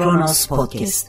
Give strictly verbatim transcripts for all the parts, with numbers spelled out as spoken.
Kronos Podcast.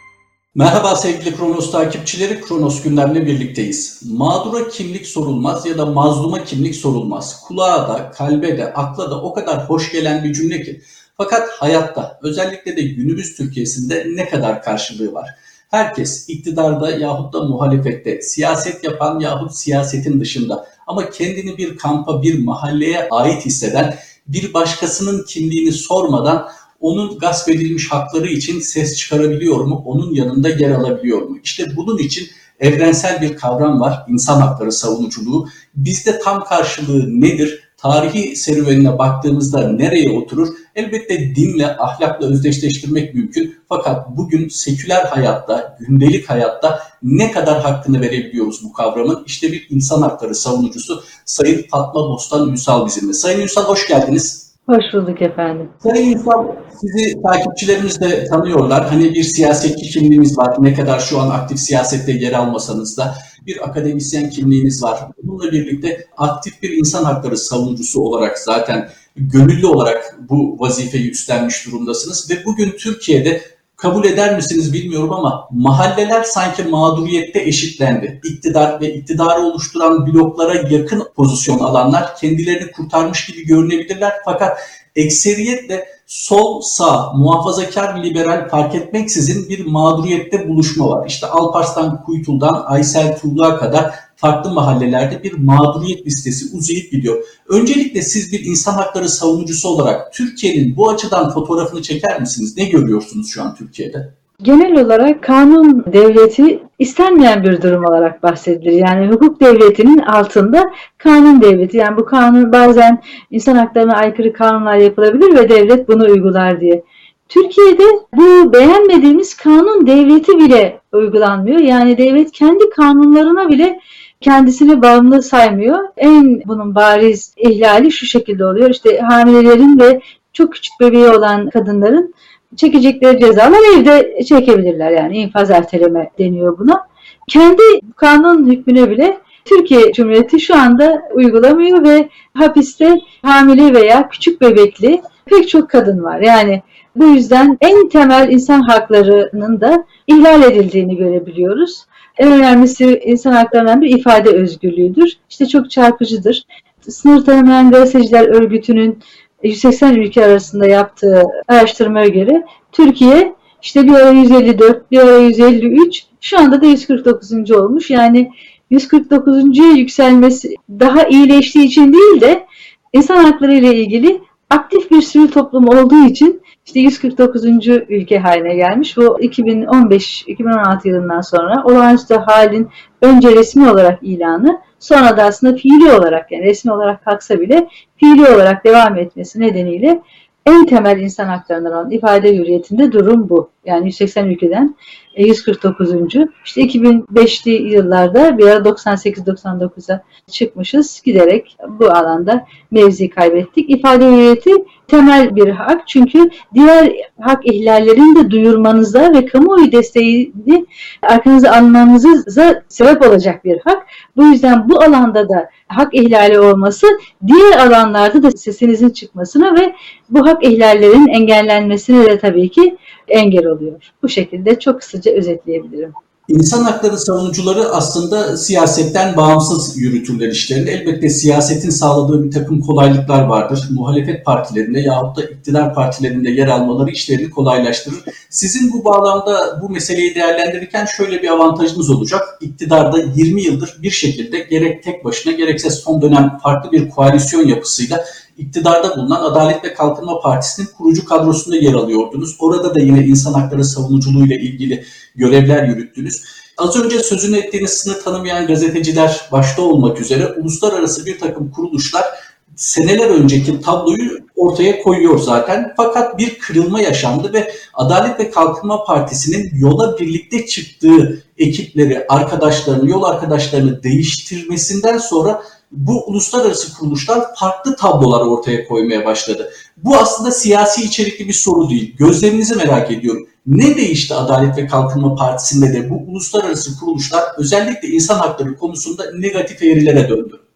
Merhaba sevgili Kronos takipçileri, Kronos gündemle birlikteyiz. Mağdura kimlik sorulmaz ya da mazluma kimlik sorulmaz. Kulağa da, kalbe de, akla da o kadar hoş gelen bir cümle ki. Fakat hayatta, özellikle de günümüz Türkiye'sinde ne kadar karşılığı var? Herkes iktidarda yahut da muhalefette, siyaset yapan yahut siyasetin dışında ama kendini bir kampa, bir mahalleye ait hisseden, bir başkasının kimliğini sormadan onun gasp edilmiş hakları için ses çıkarabiliyor mu? Onun yanında yer alabiliyor mu? İşte bunun için evrensel bir kavram var, insan hakları savunuculuğu. Bizde tam karşılığı nedir? Tarihi serüvenine baktığımızda nereye oturur? Elbette dinle, ahlakla özdeşleştirmek mümkün. Fakat bugün seküler hayatta, gündelik hayatta ne kadar hakkını verebiliyoruz bu kavramın? İşte bir insan hakları savunucusu Sayın Fatma Bostan Ünsal bizimle. Sayın Ünsal hoş geldiniz. Hoş bulduk efendim. Sayın Ünsal, sizi takipçilerimiz de tanıyorlar. Hani bir siyasetçi kimliğiniz var. Ne kadar şu an aktif siyasette yer almasanız da bir akademisyen kimliğiniz var. Bununla birlikte aktif bir insan hakları savunucusu olarak zaten gönüllü olarak bu vazifeyi üstlenmiş durumdasınız. Ve bugün Türkiye'de kabul eder misiniz bilmiyorum ama mahalleler sanki mağduriyette eşitlendi. İktidar ve iktidarı oluşturan bloklara yakın pozisyon alanlar kendilerini kurtarmış gibi görünebilirler. Fakat ekseriyetle sol, sağ, muhafazakar, liberal fark etmeksizin bir mağduriyette buluşma var. İşte Alparslan Kuytul'dan Aysel Tuğla'ya kadar farklı mahallelerde bir mağduriyet listesi uzayıp gidiyor. Öncelikle siz bir insan hakları savunucusu olarak Türkiye'nin bu açıdan fotoğrafını çeker misiniz? Ne görüyorsunuz şu an Türkiye'de? Genel olarak kanun devleti istenmeyen bir durum olarak bahsedilir. Yani hukuk devletinin altında kanun devleti. Yani bu kanun bazen insan haklarına aykırı kanunlar yapılabilir ve devlet bunu uygular diye. Türkiye'de bu beğenmediğimiz kanun devleti bile uygulanmıyor. Yani devlet kendi kanunlarına bile kendisini bağımlı saymıyor. En bunun bariz ihlali şu şekilde oluyor. İşte hamilelerin ve çok küçük bebeği olan kadınların çekecekleri cezalar evde çekebilirler. Yani infaz erteleme deniyor buna. Kendi kanun hükmüne bile Türkiye Cumhuriyeti şu anda uygulamıyor ve hapiste hamile veya küçük bebekli pek çok kadın var. Yani bu yüzden en temel insan haklarının da ihlal edildiğini görebiliyoruz. En önemlisi insan haklarından bir ifade özgürlüğüdür. İşte çok çarpıcıdır. Sınır tanımayan gazeteciler örgütünün yüz seksen ülke arasında yaptığı araştırmaya göre Türkiye işte bir ara yüz elli dört, bir ara yüz elli üç, şu anda da yüz kırk dokuzuncu olmuş. Yani yüz kırk dokuzuncuya yükselmesi daha iyileştiği için değil de insan hakları ile ilgili aktif bir sivil toplum olduğu için işte yüz kırk dokuzuncu ülke haline gelmiş. Bu iki bin on beş iki bin on altı yılından sonra olağanüstü halin önce resmi olarak ilanı, sonra da aslında fiili olarak, yani resmi olarak kalksa bile fiili olarak devam etmesi nedeniyle en temel insan haklarından olan ifade hürriyetinde durum bu. Yani yüz seksen ülkeden yüz kırk dokuzuncu. İşte iki bin beşli yıllarda bir ara doksan sekiz doksan dokuza çıkmışız. Giderek bu alanda mevzi kaybettik. İfade hürriyeti temel bir hak. Çünkü diğer hak ihlallerini de duyurmanıza ve kamuoyu desteğini arkanıza almanıza sebep olacak bir hak. Bu yüzden bu alanda da hak ihlali olması diğer alanlarda da sesinizin çıkmasına ve bu hak ihlallerinin engellenmesine de tabii ki engel oluyor. Bu şekilde çok kısaca özetleyebilirim. İnsan hakları savunucuları aslında siyasetten bağımsız yürütürler işlerini. Elbette siyasetin sağladığı bir takım kolaylıklar vardır. Muhalefet partilerinde yahut da iktidar partilerinde yer almaları işlerini kolaylaştırır. Sizin bu bağlamda bu meseleyi değerlendirirken şöyle bir avantajınız olacak. İktidarda yirmi yıldır bir şekilde gerek tek başına gerekse son dönem farklı bir koalisyon yapısıyla iktidarda bulunan Adalet ve Kalkınma Partisi'nin kurucu kadrosunda yer alıyordunuz. Orada da yine insan hakları savunuculuğuyla ilgili görevler yürüttünüz. Az önce sözünü ettiğiniz sınır tanımayan gazeteciler başta olmak üzere uluslararası bir takım kuruluşlar seneler önceki tabloyu ortaya koyuyor zaten. Fakat bir kırılma yaşandı ve Adalet ve Kalkınma Partisi'nin yola birlikte çıktığı ekipleri, arkadaşlarını, yol arkadaşlarını değiştirmesinden sonra bu uluslararası kuruluşlar farklı tablolar ortaya koymaya başladı. Bu aslında siyasi içerikli bir soru değil. Gözlerinizi merak ediyorum. Ne değişti Adalet ve Kalkınma Partisi'nde de bu uluslararası kuruluşlar özellikle insan hakları konusunda negatif eğrilere döndü?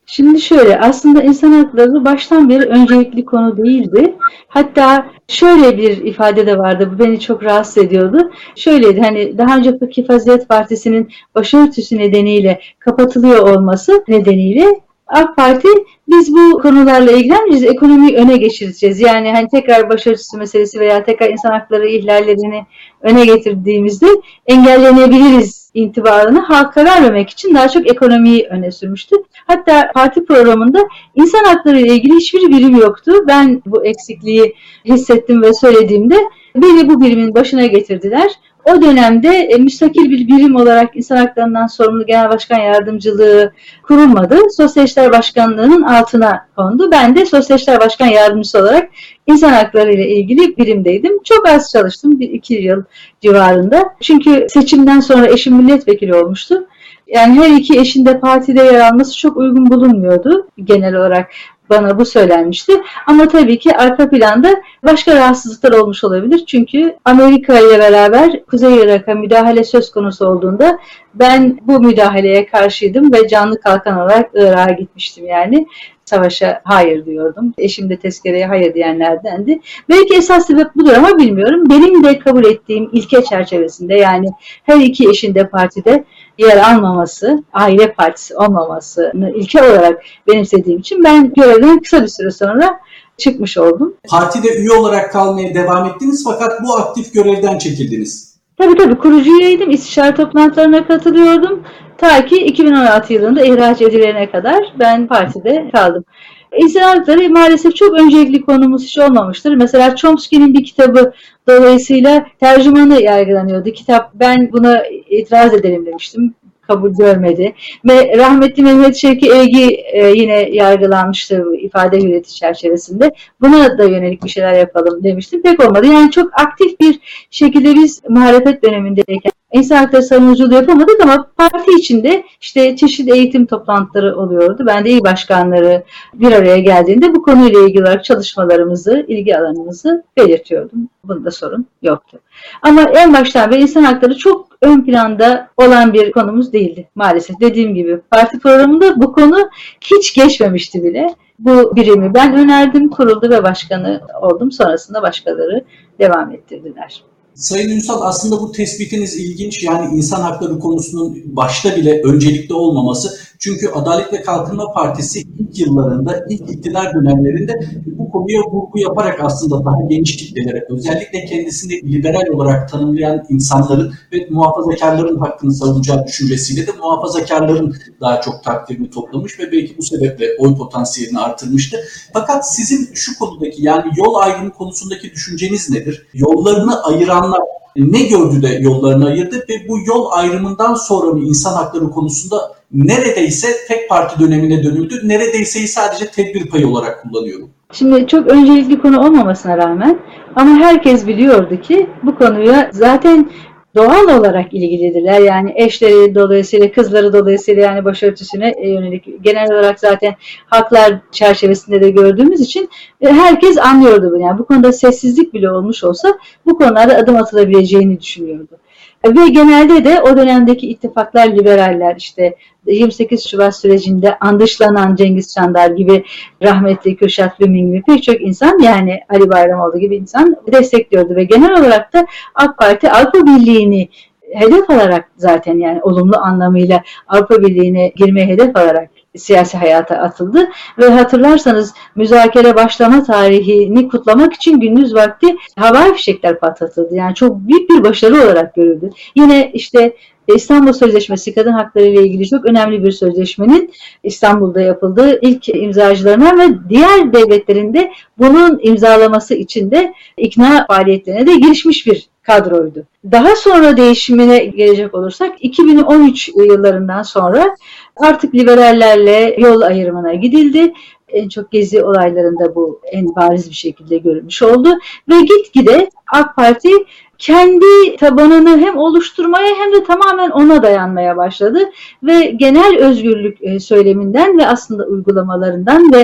Şimdi şöyle, aslında insan hakları baştan beri öncelikli konu değildi. Hatta şöyle bir ifade de vardı, bu beni çok rahatsız ediyordu. Şöyleydi, hani daha önce Fakir Fazilet Partisi'nin başörtüsü nedeniyle kapatılıyor olması nedeniyle AK Parti biz bu konularla ilgilenmeyeceğiz, ekonomiyi öne geçireceğiz. Yani hani tekrar başörtüsü meselesi veya tekrar insan hakları ihlallerini öne getirdiğimizde engellenebiliriz intibarını halka vermemek için daha çok ekonomiyi öne sürmüştü. Hatta parti programında insan hakları ile ilgili hiçbir birim yoktu. Ben bu eksikliği hissettim ve söylediğimde beni bu birimin başına getirdiler. O dönemde e, müstakil bir birim olarak insan haklarından sorumlu Genel Başkan Yardımcılığı kurulmadı. Sosyalistler Başkanlığı'nın altına kondu. Ben de Sosyalistler Başkan Yardımcısı olarak insan hakları ile ilgili birimdeydim. Çok az çalıştım, bir iki yıl civarında. Çünkü seçimden sonra eşim milletvekili olmuştu. Yani her iki eşin de partide yer alması çok uygun bulunmuyordu genel olarak. Bana bu söylenmişti. Ama tabii ki arka planda başka rahatsızlıklar olmuş olabilir. Çünkü Amerika ile beraber Kuzey Irak'a müdahale söz konusu olduğunda ben bu müdahaleye karşıydım ve canlı kalkan olarak Irak'a gitmiştim yani. Savaşa hayır diyordum. Eşim de tezkereye hayır diyenlerdendi. Belki esas sebep budur ama bilmiyorum. Benim de kabul ettiğim ilke çerçevesinde, yani her iki eşin de partide yer almaması, aile partisi olmamasını ilke olarak benimsediğim için ben görevden kısa bir süre sonra çıkmış oldum. Partide üye olarak kalmaya devam ettiniz fakat bu aktif görevden çekildiniz. Tabii tabii, kurucu üyeydim. İstişare toplantılarına katılıyordum. Ta ki iki bin on altı yılında ihraç edilene kadar ben partide kaldım. İnsan hakları maalesef çok öncelikli konumuz hiç olmamıştır. Mesela Chomsky'nin bir kitabı dolayısıyla tercümanı yargılanıyordu. Kitap, ben buna itiraz edelim demiştim. Kabul görmedi. Ve rahmetli Mehmet Şevki Evgi e, yine yargılanmıştı ifade hürriyeti çerçevesinde. Buna da yönelik bir şeyler yapalım demiştim. Pek olmadı. Yani çok aktif bir şekilde biz muhalefet dönemindeyken insan hakları savunuculuğu yapamadık ama parti içinde işte çeşitli eğitim toplantıları oluyordu. Ben de il başkanları bir araya geldiğinde bu konuyla ilgili olarak çalışmalarımızı, ilgi alanımızı belirtiyordum. Bunda sorun yoktu. Ama en baştan beri insan hakları çok ön planda olan bir konumuz değildi maalesef. Dediğim gibi parti programında bu konu hiç geçmemişti bile. Bu birimi ben önerdim, kuruldu ve başkanı oldum. Sonrasında başkaları devam ettirdiler. Sayın Ünsal, aslında bu tespitiniz ilginç. Yani insan hakları konusunun başta bile öncelikli olmaması. Çünkü Adalet ve Kalkınma Partisi ilk yıllarında, ilk iktidar dönemlerinde bu konuya vurgu yaparak aslında daha geniş kitlelere, özellikle kendisini liberal olarak tanımlayan insanların ve muhafazakarların hakkını savunacağı düşüncesiyle de muhafazakarların daha çok takdirini toplamış ve belki bu sebeple oy potansiyelini artırmıştı. Fakat sizin şu konudaki, yani yol ayrımı konusundaki düşünceniz nedir? Yollarını ayıran ne gördü de yollarını ayırdı ve bu yol ayrımından sonra mı insan hakları konusunda neredeyse tek parti dönemine dönüldü, neredeyse sadece tedbir payı olarak kullanıyorum? Şimdi çok öncelikli konu olmamasına rağmen ama herkes biliyordu ki bu konuya zaten doğal olarak ilgilidirler. Yani eşleri dolayısıyla, kızları dolayısıyla, yani başörtüsüne yönelik genel olarak zaten haklar çerçevesinde de gördüğümüz için herkes anlıyordu bunu. Yani bu konuda sessizlik bile olmuş olsa bu konularda adım atılabileceğini düşünüyordu. Ve genelde de o dönemdeki ittifaklar, liberaller, işte yirmi sekiz Şubat sürecinde andışlanan Cengiz Çandar gibi, rahmetli Kürşat Bümün gibi pek çok insan, yani Ali Bayramoğlu gibi insan destekliyordu ve genel olarak da AK Parti Avrupa Birliği'ni hedef alarak, zaten yani olumlu anlamıyla Avrupa Birliği'ne girmeye hedef alarak siyasi hayata atıldı ve hatırlarsanız müzakere başlama tarihini kutlamak için gündüz vakti havai fişekler patlatıldı. Yani çok büyük bir başarı olarak görüldü. Yine işte İstanbul Sözleşmesi, kadın hakları ile ilgili çok önemli bir sözleşmenin İstanbul'da yapıldığı ilk imzacılarına ve diğer devletlerin de bunun imzalaması için de ikna faaliyetlerine de girişmiş bir kadroydu. Daha sonra değişimine gelecek olursak iki bin on üç yıllarından sonra artık liberallerle yol ayrımına gidildi. En çok gezi olaylarında bu en bariz bir şekilde görülmüş oldu ve gitgide AK Parti kendi tabanını hem oluşturmaya hem de tamamen ona dayanmaya başladı ve genel özgürlük söyleminden ve aslında uygulamalarından ve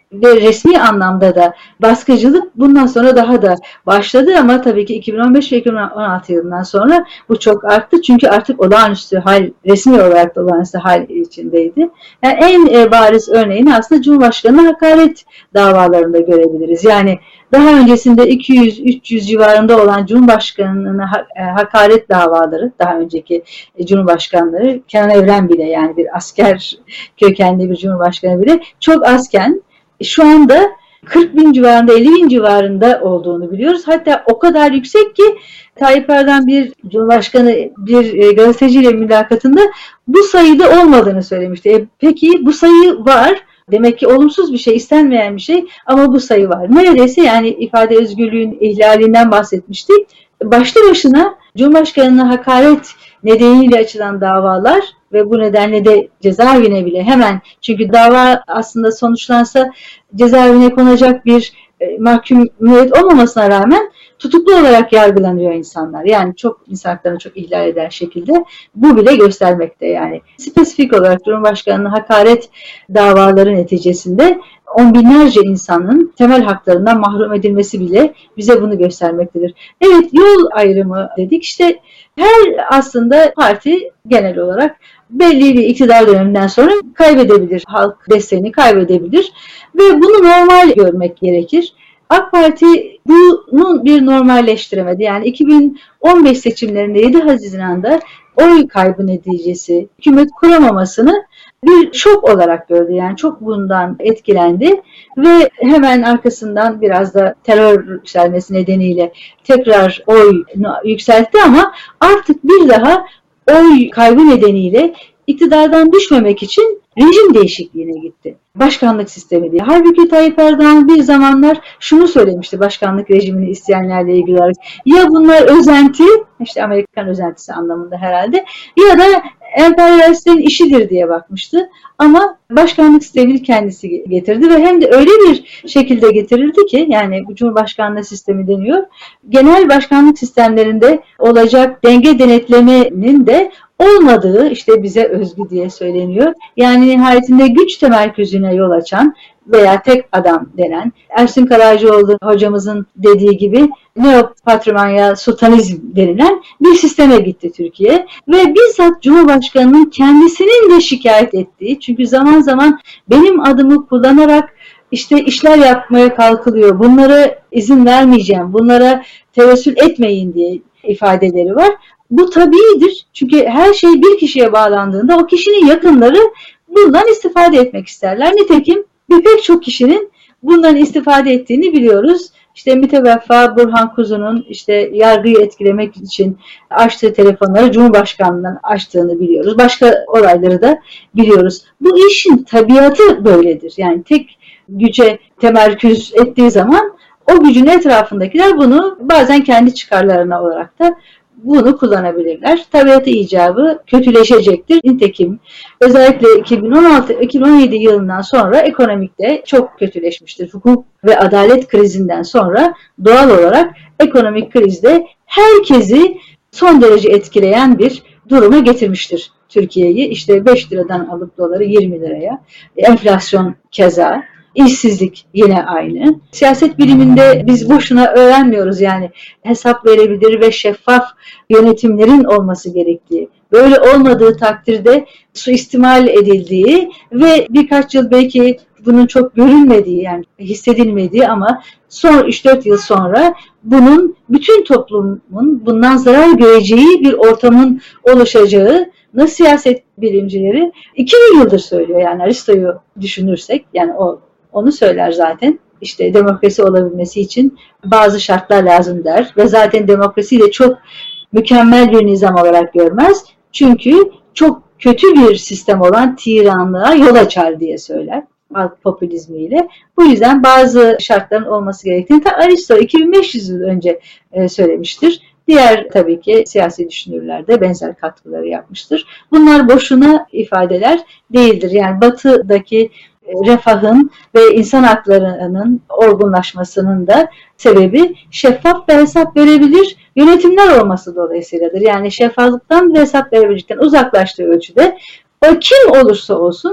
ve resmi anlamda da baskıcılık bundan sonra daha da başladı ama tabii ki iki bin on beş ve iki bin on altı yılından sonra bu çok arttı. Çünkü artık olağanüstü hal, resmi olarak da olağanüstü hal içindeydi. Yani en bariz örneğini aslında Cumhurbaşkanı'na hakaret davalarında görebiliriz. Yani daha öncesinde iki yüz üç yüz civarında olan Cumhurbaşkanı'na hakaret davaları, daha önceki Cumhurbaşkanları, Kenan Evren bile, yani bir asker kökenli bir Cumhurbaşkanı bile çok azken şu anda kırk bin civarında, elli bin civarında olduğunu biliyoruz. Hatta o kadar yüksek ki Tayyip Erdoğan bir Cumhurbaşkanı bir gazeteciyle mülakatında bu sayıda olmadığını söylemişti. E, peki bu sayı var. Demek ki olumsuz bir şey, istenmeyen bir şey ama bu sayı var. Neredeyse yani ifade özgürlüğün ihlalinden bahsetmiştik. Başlı başına Cumhurbaşkanı'na hakaret nedeniyle açılan davalar ve bu nedenle de cezaevine bile hemen, çünkü dava aslında sonuçlansa cezaevine konacak bir e, mahkumiyet olmamasına rağmen tutuklu olarak yargılanıyor insanlar. Yani çok insan haklarını çok ihlal eder şekilde bu bile göstermekte yani. Spesifik olarak Cumhurbaşkanı'nın hakaret davaları neticesinde on binlerce insanın temel haklarından mahrum edilmesi bile bize bunu göstermektedir. Evet, yol ayrımı dedik. İşte her aslında parti genel olarak belli bir iktidar döneminden sonra kaybedebilir. Halk desteğini kaybedebilir ve bunu normal görmek gerekir. AK Parti bunu bir normalleştiremedi. Yani iki bin on beş seçimlerinde yedi Haziran'da oy kaybı neticesi hükümet kuramamasını bir şok olarak gördü. Yani çok bundan etkilendi ve hemen arkasından biraz da terör yükselmesi nedeniyle tekrar oy yükseltti ama artık bir daha oy kaybı nedeniyle iktidardan düşmemek için rejim değişikliğine gitti. Başkanlık sistemi diye. Halbuki Tayyip Erdoğan bir zamanlar şunu söylemişti başkanlık rejimini isteyenlerle ilgili olarak. Ya bunlar özenti, işte Amerikan özentisi anlamında herhalde, ya da emperyalistlerin işidir diye bakmıştı. Ama başkanlık sistemini kendisi getirdi ve hem de öyle bir şekilde getirildi ki, yani bu Cumhurbaşkanlığı sistemi deniyor. Genel başkanlık sistemlerinde olacak denge denetlemenin de olmadığı işte bize özgü diye söyleniyor. Yani nihayetinde güç temerküzüne yol açan veya tek adam denen, Ersin Karacıoğlu hocamızın dediği gibi neopatrimanya sultanizm denilen bir sisteme gitti Türkiye. Ve bizzat Cumhurbaşkanı'nın kendisinin de şikayet ettiği, çünkü zaman zaman benim adımı kullanarak işte işler yapmaya kalkılıyor, bunlara izin vermeyeceğim, bunlara tevessül etmeyin diye ifadeleri var. Bu tabiidir. Çünkü her şey bir kişiye bağlandığında o kişinin yakınları bundan istifade etmek isterler. Nitekim bir pek çok kişinin bundan istifade ettiğini biliyoruz. İşte müteveffa Burhan Kuzu'nun işte yargıyı etkilemek için açtığı telefonları Cumhurbaşkanlığından açtığını biliyoruz. Başka olayları da biliyoruz. Bu işin tabiatı böyledir. Yani tek güce temerküz ettiği zaman o gücün etrafındakiler bunu bazen kendi çıkarlarına olarak da bunu kullanabilirler. Tabiatı icabı kötüleşecektir. Nitekim özellikle iki bin on altı iki bin on yedi yılından sonra ekonomikte çok kötüleşmiştir. Hukuk ve adalet krizinden sonra doğal olarak ekonomik krizde herkesi son derece etkileyen bir duruma getirmiştir Türkiye'yi. İşte beş liradan alıp doları yirmi liraya, enflasyon keza, İşsizlik yine aynı. Siyaset biliminde biz boşuna öğrenmiyoruz, yani hesap verebilir ve şeffaf yönetimlerin olması gerektiği. Böyle olmadığı takdirde suistimal edildiği ve birkaç yıl belki bunun çok görünmediği, yani hissedilmediği ama son üç dört yıl sonra bunun bütün toplumun bundan zarar göreceği bir ortamın oluşacağı siyaset bilimcileri iki bin yıldır söylüyor. Yani Aristo'yu düşünürsek, yani o onu söyler zaten. İşte demokrasi olabilmesi için bazı şartlar lazım der ve zaten demokrasiyi de çok mükemmel bir nizam olarak görmez. Çünkü çok kötü bir sistem olan tiranlığa yol açar diye söyler halk popülizmiyle. Bu yüzden bazı şartların olması gerektiğini ta Aristo iki bin beş yüz yıl önce söylemiştir. Diğer tabii ki siyasi düşünürler de benzer katkıları yapmıştır. Bunlar boşuna ifadeler değildir. Yani Batı'daki refahın ve insan haklarının olgunlaşmasının da sebebi şeffaf ve hesap verebilir yönetimler olması dolayısıyladır. Yani şeffaflıktan ve hesap verebilirlikten uzaklaştığı ölçüde o kim olursa olsun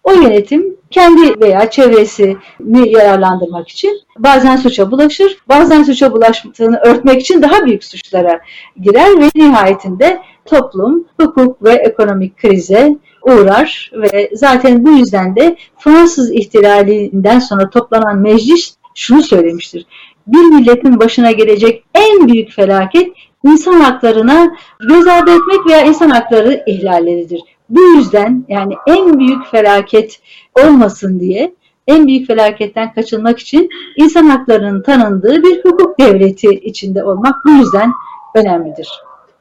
o yönetim kendi veya çevresini yararlandırmak için bazen suça bulaşır, bazen suça bulaştığını örtmek için daha büyük suçlara girer ve nihayetinde toplum hukuk ve ekonomik krize uğrar ve zaten bu yüzden de Fransız ihtilalinden sonra toplanan meclis şunu söylemiştir: bir milletin başına gelecek en büyük felaket insan haklarına göz ardı etmek veya insan hakları ihlalleridir. Bu yüzden yani en büyük felaket olmasın diye, en büyük felaketten kaçınmak için insan haklarının tanındığı bir hukuk devleti içinde olmak bu yüzden önemlidir.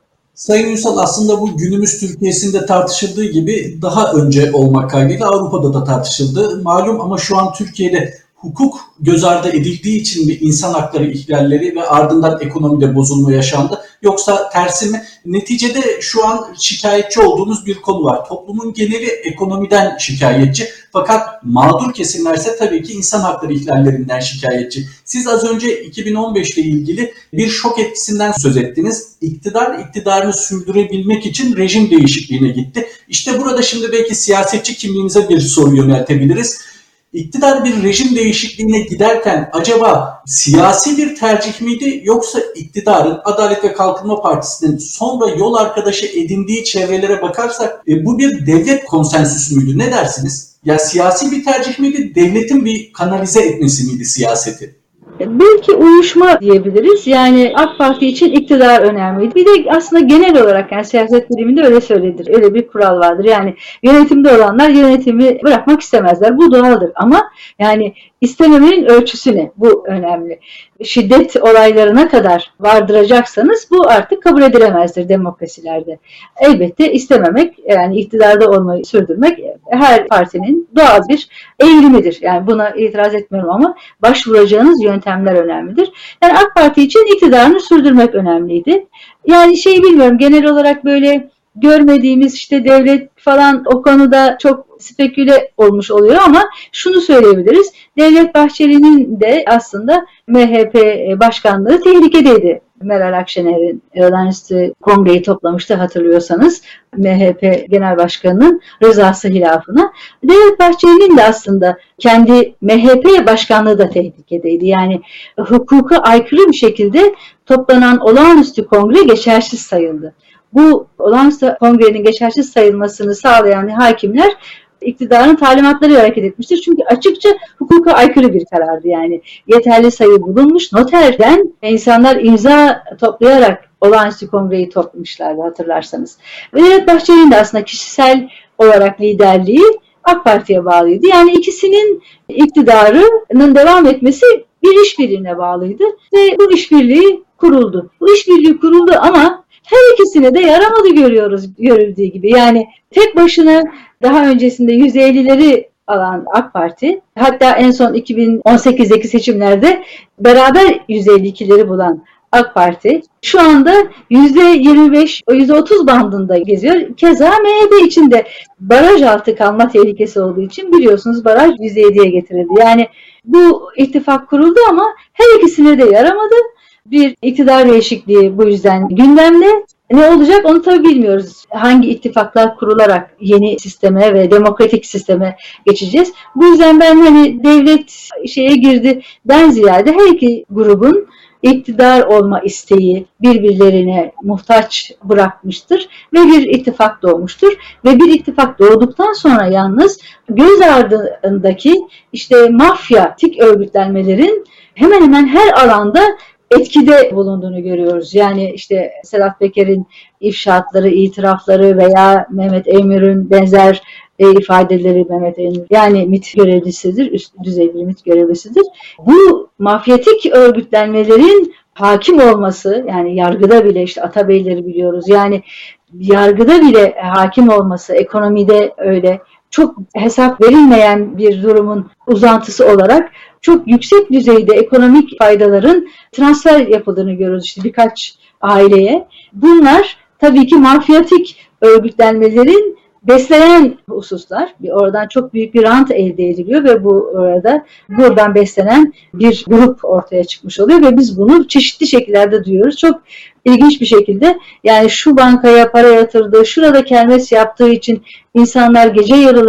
Sayın Ünsal, aslında bu günümüz Türkiye'sinde tartışıldığı gibi daha önce olmak kaydıyla Avrupa'da da tartışıldı. Malum, ama şu an Türkiye'de hukuk göz ardı edildiği için mi insan hakları ihlalleri ve ardından ekonomide bozulma yaşandı? Yoksa tersi mi? Neticede şu an şikayetçi olduğumuz bir konu var. Toplumun geneli ekonomiden şikayetçi. Fakat mağdur kesimlerse tabii ki insan hakları ihlallerinden şikayetçi. Siz az önce iki bin on beş ile ilgili bir şok etkisinden söz ettiniz. İktidar iktidarını sürdürebilmek için rejim değişikliğine gitti. İşte burada şimdi belki siyasetçi kimliğinize bir soru yöneltebiliriz. İktidar bir rejim değişikliğine giderken acaba siyasi bir tercih miydi, yoksa iktidarın, Adalet ve Kalkınma Partisi'nin sonra yol arkadaşı edindiği çevrelere bakarsak e, bu bir devlet konsensüsü müydü? Ne dersiniz? Ya siyasi bir tercih miydi, devletin bir kanalize etmesi miydi siyaseti? Belki uyuşma diyebiliriz. Yani AK Parti için iktidar önemliydi. Bir de aslında genel olarak yani siyaset biliminde öyle söylenir. Öyle bir kural vardır. Yani yönetimde olanlar yönetimi bırakmak istemezler. Bu doğaldır. Ama yani istememenin ölçüsü ne? Bu önemli. Şiddet olaylarına kadar vardıracaksanız bu artık kabul edilemezdir demokrasilerde. Elbette istememek, yani iktidarda olmayı sürdürmek her partinin doğal bir eğilimidir. Yani buna itiraz etmiyorum ama başvuracağınız yöntemler önemlidir. Yani AK Parti için iktidarını sürdürmek önemliydi. Yani şey bilmiyorum, genel olarak böyle görmediğimiz işte devlet falan o konuda çok speküle olmuş oluyor ama şunu söyleyebiliriz. Devlet Bahçeli'nin de aslında M H P başkanlığı tehlikedeydi. Meral Akşener'in olağanüstü kongreyi toplamıştı hatırlıyorsanız, M H P Genel Başkanı'nın rızası hilafına. Devlet Bahçeli'nin de aslında kendi M H P başkanlığı da tehlikedeydi. Yani hukuka aykırı bir şekilde toplanan olağanüstü kongre geçersiz sayıldı. Bu olağanüstü kongrenin geçersiz sayılmasını sağlayan hakimler iktidarın talimatları hareket etmiştir. Çünkü açıkça hukuka aykırı bir karardı. Yani yeterli sayı bulunmuş. Noterden insanlar imza toplayarak olağanüstü kongreyi toplamışlardı hatırlarsanız. Ve Devlet Bahçeli'nin de aslında kişisel olarak liderliği AK Parti'ye bağlıydı. Yani ikisinin iktidarının devam etmesi bir işbirliğine bağlıydı. Ve bu işbirliği kuruldu. Bu işbirliği kuruldu ama her ikisine de yaramadı görüyoruz görüldüğü gibi. Yani tek başına daha öncesinde yüz ellileri alan AK Parti, hatta en son iki bin on sekizdeki seçimlerde beraber yüz elli ikileri bulan AK Parti şu anda yüzde yirmi beş, yüzde otuz bandında geziyor. Keza M H P içinde baraj altı kalma tehlikesi olduğu için biliyorsunuz baraj yüzde yediye getirildi. Yani bu ittifak kuruldu ama her ikisine de yaramadı. Bir iktidar değişikliği bu yüzden gündemde. Ne olacak onu tabii bilmiyoruz. Hangi ittifaklar kurularak yeni sisteme ve demokratik sisteme geçeceğiz. Bu yüzden ben hani devlet şeye girdi'den ziyade her iki grubun iktidar olma isteği birbirlerine muhtaç bırakmıştır ve bir ittifak doğmuştur. Ve bir ittifak doğduktan sonra yalnız göz ardındaki işte mafyatik örgütlenmelerin hemen hemen her alanda etkide bulunduğunu görüyoruz. Yani işte Sedat Peker'in ifşaatları, itirafları veya Mehmet Emir'in benzer e, ifadeleri, Mehmet Emir yani MİT görevlisidir, üst düzey bir MİT görevlisidir. Bu mafyatik örgütlenmelerin hakim olması, yani yargıda bile işte Atabeyleri biliyoruz. Yani yargıda bile hakim olması, ekonomide öyle çok hesap verilmeyen bir durumun uzantısı olarak çok yüksek düzeyde ekonomik faydaların transfer yapıldığını görüyoruz işte birkaç aileye. Bunlar tabii ki mafyatik örgütlenmelerin besleyen hususlar. Bir oradan çok büyük bir rant elde ediliyor ve bu orada buradan beslenen bir grup ortaya çıkmış oluyor ve biz bunu çeşitli şekillerde duyuyoruz. Çok ilginç bir şekilde yani şu bankaya para yatırdığı, şurada kermes yaptığı için insanlar gece yarıları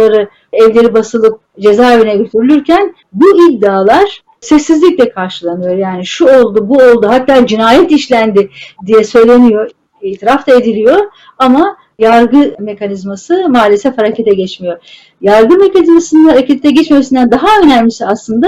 evleri basılıp cezaevine götürülürken bu iddialar sessizlikle karşılanıyor. Yani şu oldu, bu oldu, hatta cinayet işlendi diye söyleniyor, itiraf da ediliyor ama yargı mekanizması maalesef harekete geçmiyor. Yargı mekanizmasının harekete geçmesinden daha önemlisi aslında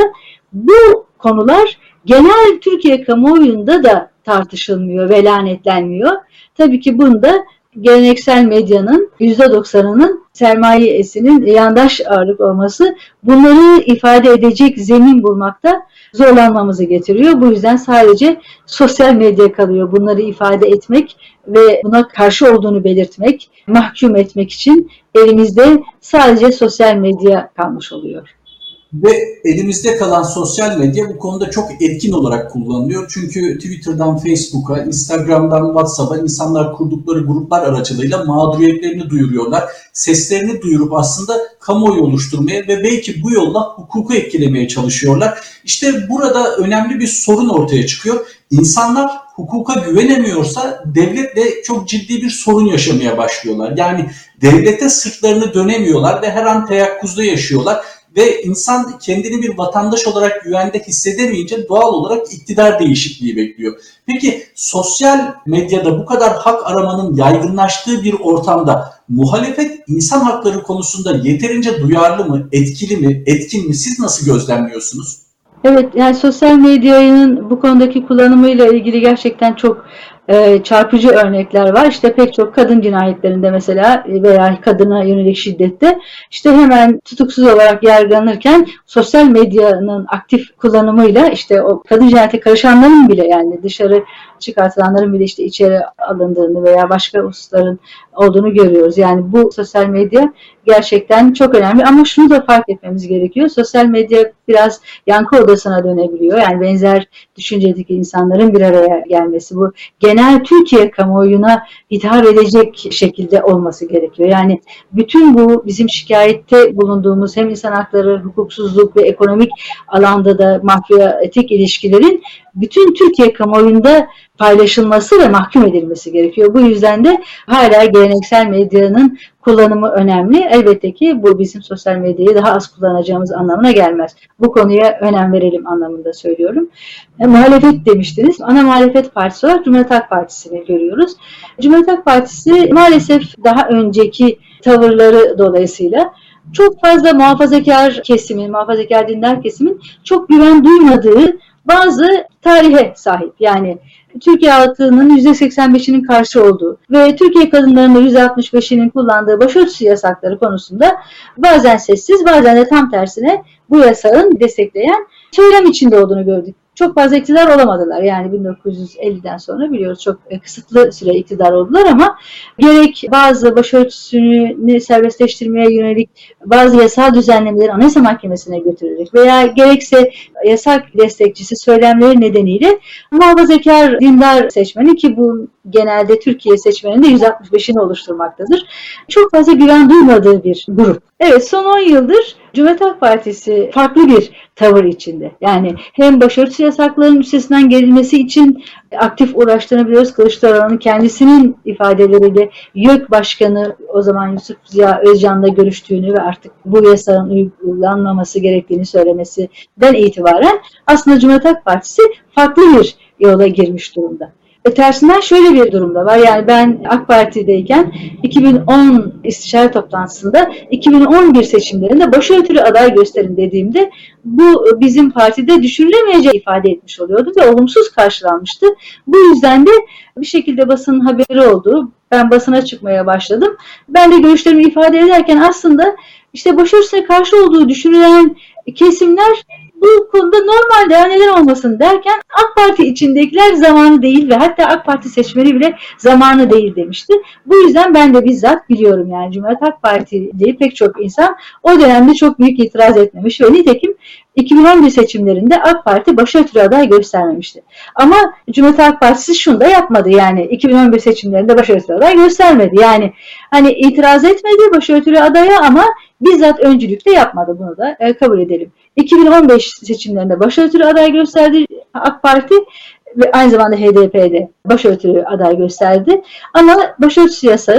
bu konular genel Türkiye kamuoyunda da tartışılmıyor ve lanetlenmiyor. Tabii ki bunda geleneksel medyanın yüzde doksanının sermayesinin yandaş ağırlık olması bunları ifade edecek zemin bulmakta zorlanmamızı getiriyor. Bu yüzden sadece sosyal medya kalıyor bunları ifade etmek ve buna karşı olduğunu belirtmek, mahkum etmek için elimizde sadece sosyal medya kalmış oluyor. Ve elimizde kalan sosyal medya bu konuda çok etkin olarak kullanılıyor. Çünkü Twitter'dan Facebook'a, Instagram'dan WhatsApp'a insanlar kurdukları gruplar aracılığıyla mağduriyetlerini duyuruyorlar. Seslerini duyurup aslında kamuoyu oluşturmaya ve belki bu yolla hukuku etkilemeye çalışıyorlar. İşte burada önemli bir sorun ortaya çıkıyor. İnsanlar hukuka güvenemiyorsa devletle çok ciddi bir sorun yaşamaya başlıyorlar. Yani devlete sırtlarını dönemiyorlar ve her an teyakkuzda yaşıyorlar. Ve insan kendini bir vatandaş olarak güvende hissedemeyince doğal olarak iktidar değişikliği bekliyor. Peki sosyal medyada bu kadar hak aramanın yaygınlaştığı bir ortamda muhalefet insan hakları konusunda yeterince duyarlı mı, etkili mi, etkin mi? Siz nasıl gözlemliyorsunuz? Evet, yani sosyal medyanın bu konudaki kullanımıyla ilgili gerçekten çok e, çarpıcı örnekler var. İşte pek çok kadın cinayetlerinde mesela veya kadına yönelik şiddette işte hemen tutuksuz olarak yargılanırken sosyal medyanın aktif kullanımıyla işte o kadın cinayete karışanların bile yani dışarı çıkartılanların bile işte içeri alındığını veya başka hususların olduğunu görüyoruz. Yani bu sosyal medya gerçekten çok önemli ama şunu da fark etmemiz gerekiyor. Sosyal medya biraz yankı odasına dönebiliyor. Yani benzer düşüncedeki insanların bir araya gelmesi bu genel Türkiye kamuoyuna hitap edecek şekilde olması gerekiyor. Yani bütün bu bizim şikayette bulunduğumuz hem insan hakları, hukuksuzluk ve ekonomik alanda da mafyatik ilişkilerin bütün Türkiye kamuoyunda paylaşılması ve mahkum edilmesi gerekiyor. Bu yüzden de hala geleneksel medyanın kullanımı önemli. Elbette ki bu bizim sosyal medyayı daha az kullanacağımız anlamına gelmez. Bu konuya önem verelim anlamında söylüyorum. E, muhalefet demiştiniz. Ana muhalefet partisi olarak Cumhuriyet Halk Partisi'ni görüyoruz. Cumhuriyet Halk Partisi maalesef daha önceki tavırları dolayısıyla çok fazla muhafazakar kesimin, muhafazakar dindar kesimin çok güven duymadığı bazı tarihe sahip. Yani Türkiye halkının yüzde seksen beşinin karşı olduğu ve Türkiye kadınlarının yüzde altmış beşinin kullandığı başörtüsü yasakları konusunda bazen sessiz, bazen de tam tersine bu yasağın destekleyen söylem içinde olduğunu gördük. Çok fazla iktidar olamadılar. Yani bin dokuz yüz elliden sonra biliyoruz çok kısıtlı süre iktidar oldular ama gerek bazı başörtüsünü serbestleştirmeye yönelik bazı yasal düzenlemeleri Anayasa Mahkemesi'ne götürerek veya gerekse yasak destekçisi söylemleri nedeniyle muhafazakar dindar seçmeni ki bu genelde Türkiye seçmeninin de yüzde altmış beşini oluşturmaktadır. Çok fazla güven duymadığı bir grup. Evet, son on yıldır Cumhuriyet Halk Partisi farklı bir tavır içinde. Yani hem başörtüsü yasaklarının üstesinden gelinmesi için aktif uğraştığını biliyoruz. Kılıçdaroğlu'nun kendisinin ifadeleriyle YÖK Başkanı o zaman Yusuf Ziya Özcan'la görüştüğünü ve artık bu yasağın uygulanmaması gerektiğini söylemesinden itibaren aslında Cumhuriyet Halk Partisi farklı bir yola girmiş durumda. E, tersinden şöyle bir durumda var. Yani ben AK Parti'deyken iki bin on istişare toplantısında iki bin on bir seçimlerinde başörtülü aday gösterin dediğimde bu bizim partide düşünülemeyeceği ifade etmiş oluyordu ve olumsuz karşılanmıştı. Bu yüzden de bir şekilde basının haberi oldu. Ben basına çıkmaya başladım. Ben de görüşlerimi ifade ederken aslında işte başörtüsüne karşı olduğu düşünülen kesimler bu konuda normalde neden olmasın derken AK Parti içindekiler zamanı değil ve hatta AK Parti seçmeni bile zamanı değil demişti. Bu yüzden ben de bizzat biliyorum yani Cumhuriyet Halk Partili pek çok insan o dönemde çok büyük itiraz etmemiş ve nitekim iki bin on bir seçimlerinde AK Parti başörtülü aday göstermemişti. Ama Cumhuriyet Halk Partisi şunu da yapmadı yani iki bin on bir seçimlerinde başörtülü aday göstermedi. Yani hani itiraz etmedi başörtülü adaya ama bizzat öncülük de yapmadı, bunu da e, kabul edelim. iki bin on beş seçimlerinde başörtülü aday gösterdi AK Parti ve aynı zamanda H D P'de başörtülü aday gösterdi. Ama başörtüsü yasağı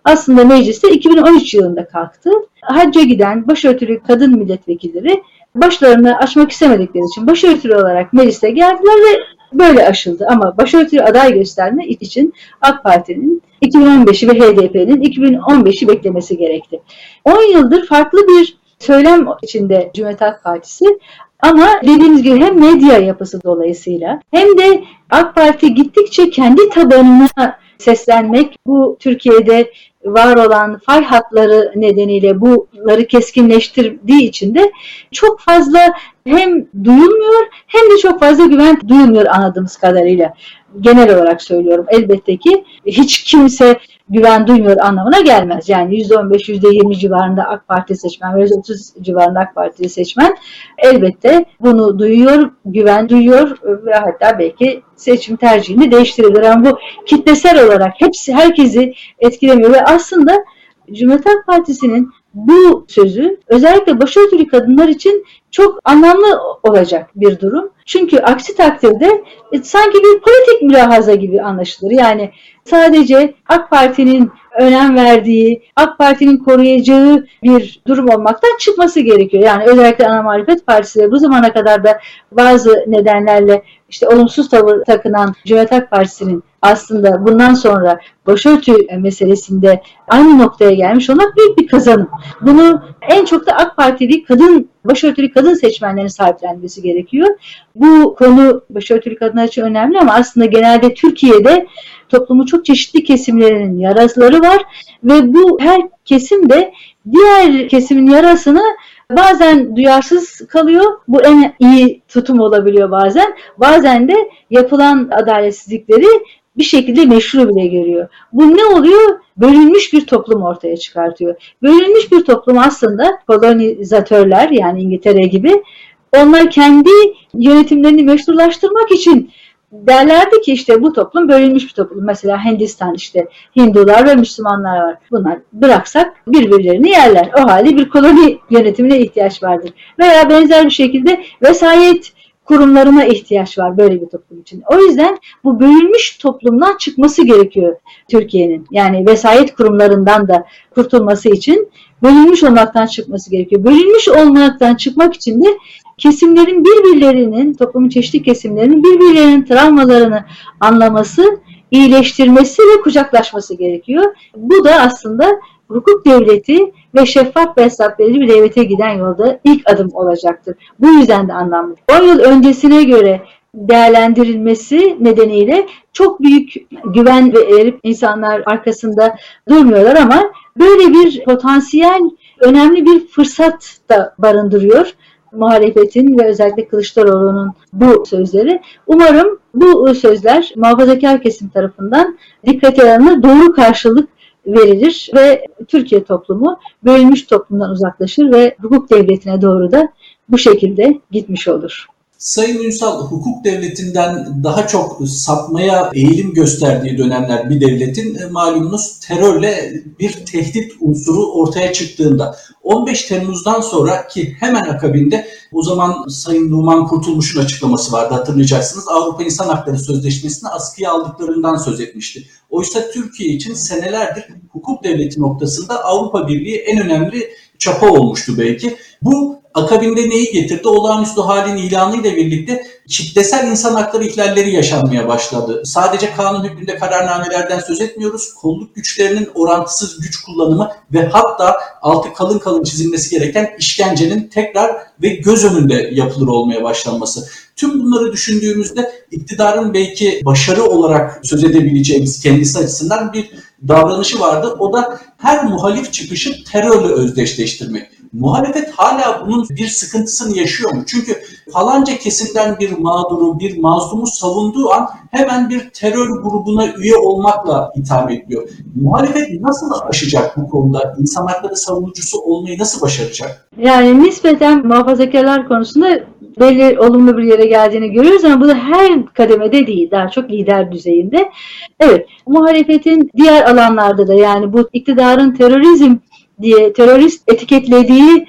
aslında mecliste iki bin on üç yılında kalktı. Hacca giden başörtülü kadın milletvekilleri başlarını açmak istemedikleri için başörtülü olarak meclise geldiler ve böyle aşıldı. Ama başörtülü aday gösterme için AK Parti'nin iki bin on beşi ve H D P'nin iki bin on beşi beklemesi gerekti. on yıldır farklı bir söylem içinde Cumhuriyet Halk Partisi, ama dediğimiz gibi hem medya yapısı dolayısıyla hem de AK Parti gittikçe kendi tabanına seslenmek, bu Türkiye'de var olan fay hatları nedeniyle bunları keskinleştirdiği için de çok fazla hem duyulmuyor hem de çok fazla güven duyulmuyor anladığımız kadarıyla. Genel olarak söylüyorum. Elbette ki hiç kimse güven duymuyor anlamına gelmez. Yani yüzde on beş yüzde yirmi civarında AK Parti seçmen ve yüzde otuz civarında AK Parti seçmen elbette bunu duyuyor, güven duyuyor ve hatta belki seçim tercihini değiştirebilir. Ama bu kitlesel olarak hepsi herkesi etkilemiyor ve aslında Cumhuriyet Halk Partisi'nin bu sözü özellikle başörtülü kadınlar için çok anlamlı olacak bir durum. Çünkü aksi takdirde e, sanki bir politik mülahaza gibi anlaşılır. Yani sadece AK Parti'nin önem verdiği, AK Parti'nin koruyacağı bir durum olmaktan çıkması gerekiyor. Yani özellikle Ana Muhalefet Partisi de bu zamana kadar da bazı nedenlerle işte olumsuz tavır takınan Cumhuriyet Halk Partisi'nin aslında bundan sonra başörtü meselesinde aynı noktaya gelmiş olmak büyük bir kazanım. Bunu en çok da AK Partili kadın, başörtülü kadın seçmenlerin sahiplenmesi gerekiyor. Bu konu başörtülü kadınlar için önemli ama aslında genelde Türkiye'de toplumun çok çeşitli kesimlerinin yaraları var ve bu her kesim de diğer kesimin yarasını bazen duyarsız kalıyor. Bu en iyi tutum olabiliyor bazen. Bazen de yapılan adaletsizlikleri bir şekilde meşru bile görüyor. Bu ne oluyor? Bölünmüş bir toplum ortaya çıkartıyor. Bölünmüş bir toplum aslında kolonizatörler, yani İngiltere gibi, onlar kendi yönetimlerini meşrulaştırmak için derlerdi ki işte bu toplum bölünmüş bir toplum. Mesela Hindistan, işte Hindular ve Müslümanlar var. Bunlar bıraksak birbirlerini yerler. O halde bir koloni yönetimine ihtiyaç vardır. Veya benzer bir şekilde vesayet kurumlarına ihtiyaç var böyle bir toplum için. O yüzden bu bölünmüş toplumdan çıkması gerekiyor Türkiye'nin. Yani vesayet kurumlarından da kurtulması için bölünmüş olmaktan çıkması gerekiyor. Bölünmüş olmaktan çıkmak için de kesimlerin birbirlerinin, toplumun çeşitli kesimlerinin birbirlerinin travmalarını anlaması, iyileştirmesi ve kucaklaşması gerekiyor. Bu da aslında hukuk devleti ve şeffaf ve hesap verici bir devlete giden yolda ilk adım olacaktır. Bu yüzden de anlamlı. on yıl öncesine göre değerlendirilmesi nedeniyle çok büyük güven verip insanlar arkasında durmuyorlar ama böyle bir potansiyel önemli bir fırsat da barındırıyor muhalefetin ve özellikle Kılıçdaroğlu'nun bu sözleri. Umarım bu sözler muhafazakar kesim tarafından dikkate alınır, doğru karşılık verilir ve Türkiye toplumu bölünmüş toplumdan uzaklaşır ve hukuk devletine doğru da bu şekilde gitmiş olur. Sayın Ünsal, hukuk devletinden daha çok sapmaya eğilim gösterdiği dönemler bir devletin malumunuz terörle bir tehdit unsuru ortaya çıktığında on beş Temmuz'dan sonra ki hemen akabinde o zaman Sayın Numan Kurtulmuş'un açıklaması vardı, hatırlayacaksınız. Avrupa İnsan Hakları Sözleşmesi'ni askıya aldıklarından söz etmişti. Oysa Türkiye için senelerdir hukuk devleti noktasında Avrupa Birliği en önemli çapa olmuştu belki. Bu akabinde neyi getirdi? Olağanüstü halin ilanıyla birlikte kitlesel insan hakları ihlalleri yaşanmaya başladı. Sadece kanun hükmünde kararnamelerden söz etmiyoruz. Kolluk güçlerinin orantısız güç kullanımı ve hatta altı kalın kalın çizilmesi gereken işkencenin tekrar ve göz önünde yapılır olmaya başlanması. Tüm bunları düşündüğümüzde iktidarın belki başarı olarak söz edebileceğimiz kendisi açısından bir davranışı vardı. O da her muhalif çıkışı terörle özdeşleştirmek. Muhalefet hala bunun bir sıkıntısını yaşıyor mu? Çünkü falanca kesimden bir mağduru, bir mazlumu savunduğu an hemen bir terör grubuna üye olmakla itham ediliyor. Muhalefet nasıl aşacak bu konuda? İnsan hakları savunucusu olmayı nasıl başaracak? Yani nispeten muhafazakarlar konusunda belli olumlu bir yere geldiğini görüyoruz ama bu da her kademede değil, daha çok lider düzeyinde. Evet, muhalefetin diğer alanlarda da, yani bu iktidarın terörizm diye terörist etiketlediği